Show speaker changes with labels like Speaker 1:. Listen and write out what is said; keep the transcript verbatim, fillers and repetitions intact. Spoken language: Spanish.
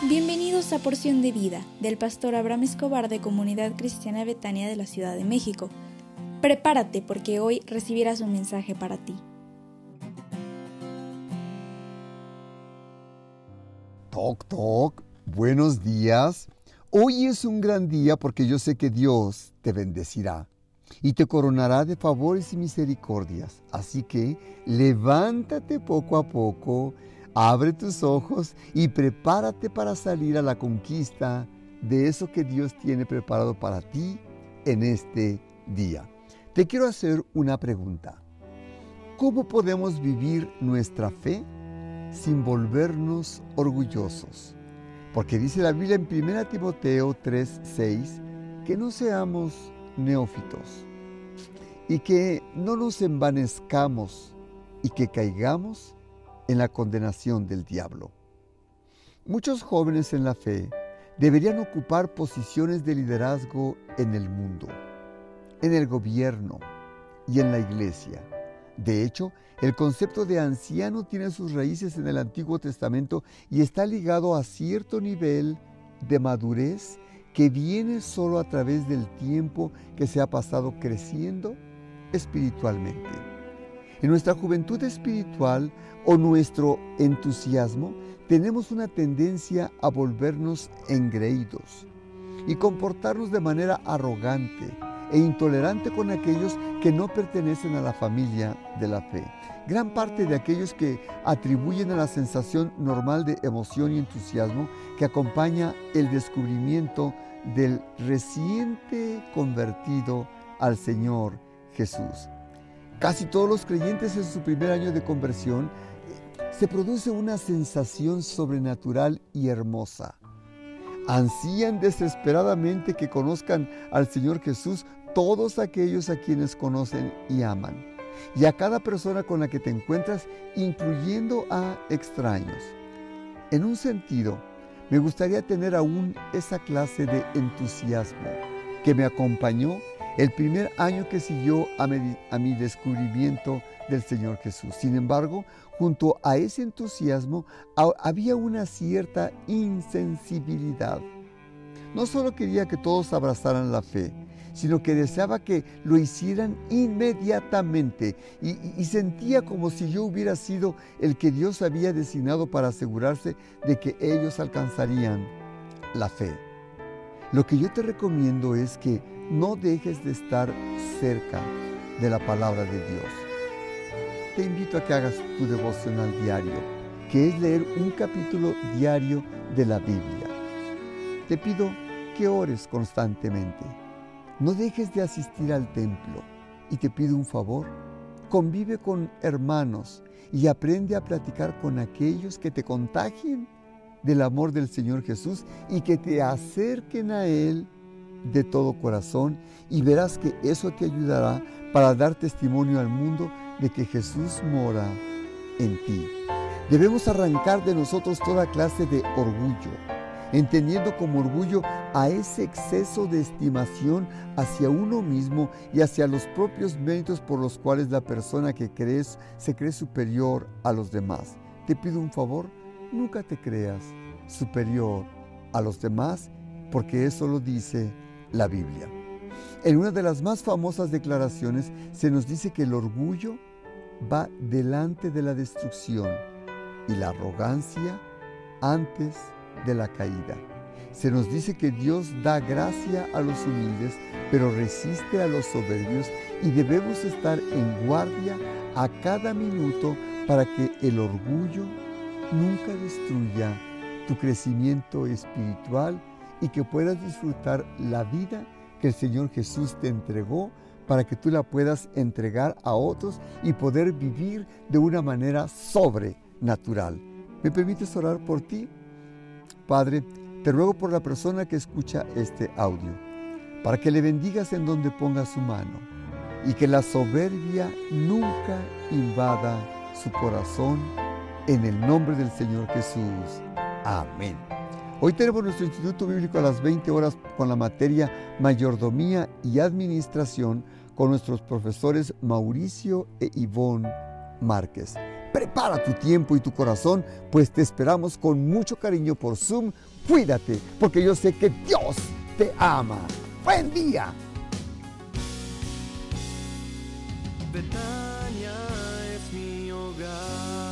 Speaker 1: Bienvenidos a Porción de Vida, del pastor Abraham Escobar de Comunidad Cristiana Betania de la Ciudad de México. Prepárate porque hoy recibirás un mensaje para ti.
Speaker 2: Toc, toc, buenos días. Hoy es un gran día porque yo sé que Dios te bendecirá y te coronará de favores y misericordias. Así que levántate poco a poco, abre tus ojos y prepárate para salir a la conquista de eso que Dios tiene preparado para ti en este día. Te quiero hacer una pregunta. ¿Cómo podemos vivir nuestra fe sin volvernos orgullosos? Porque dice la Biblia en primera Timoteo tres, seis, que no seamos neófitos y que no nos envanezcamos y que caigamos en la condenación del diablo. Muchos jóvenes en la fe deberían ocupar posiciones de liderazgo en el mundo, en el gobierno y en la iglesia. De hecho, el concepto de anciano tiene sus raíces en el Antiguo Testamento y está ligado a cierto nivel de madurez que viene solo a través del tiempo que se ha pasado creciendo espiritualmente. En nuestra juventud espiritual o nuestro entusiasmo, tenemos una tendencia a volvernos engreídos y comportarnos de manera arrogante e intolerante con aquellos que no pertenecen a la familia de la fe. Gran parte de aquellos que atribuyen a la sensación normal de emoción y entusiasmo que acompaña el descubrimiento del reciente convertido al Señor Jesús. Casi todos los creyentes en su primer año de conversión se produce una sensación sobrenatural y hermosa. Ansían desesperadamente que conozcan al Señor Jesús todos aquellos a quienes conocen y aman, y a cada persona con la que te encuentras, incluyendo a extraños. En un sentido, me gustaría tener aún esa clase de entusiasmo que me acompañó el primer año que siguió a mi, a mi descubrimiento del Señor Jesús. Sin embargo, junto a ese entusiasmo a, había una cierta insensibilidad. No solo quería que todos abrazaran la fe, sino que deseaba que lo hicieran inmediatamente y, y, y sentía como si yo hubiera sido el que Dios había designado para asegurarse de que ellos alcanzarían la fe. Lo que yo te recomiendo es que no dejes de estar cerca de la palabra de Dios. Te invito a que hagas tu devocional diario, que es leer un capítulo diario de la Biblia. Te pido que ores constantemente. No dejes de asistir al templo. Y te pido un favor, convive con hermanos y aprende a platicar con aquellos que te contagien del amor del Señor Jesús y que te acerquen a Él de todo corazón, y verás que eso te ayudará para dar testimonio al mundo de que Jesús mora en ti. Debemos arrancar de nosotros toda clase de orgullo, entendiendo como orgullo a ese exceso de estimación hacia uno mismo y hacia los propios méritos por los cuales la persona que crees se cree superior a los demás. Te pido un favor, nunca te creas superior a los demás, porque eso lo dice la Biblia. En una de las más famosas declaraciones se nos dice que el orgullo va delante de la destrucción y la arrogancia antes de la caída. Se nos dice que Dios da gracia a los humildes, pero resiste a los soberbios, y debemos estar en guardia a cada minuto para que el orgullo nunca destruya tu crecimiento espiritual y que puedas disfrutar la vida que el Señor Jesús te entregó para que tú la puedas entregar a otros y poder vivir de una manera sobrenatural. ¿Me permites orar por ti? Padre, te ruego por la persona que escucha este audio, para que le bendigas en donde ponga su mano y que la soberbia nunca invada su corazón, en el nombre del Señor Jesús. Amén. Hoy tenemos nuestro Instituto Bíblico a las veinte horas con la materia Mayordomía y Administración con nuestros profesores Mauricio e Ivonne Márquez. Prepara tu tiempo y tu corazón, pues te esperamos con mucho cariño por Zoom. Cuídate, porque yo sé que Dios te ama. ¡Buen día!
Speaker 3: Betania es mi hogar.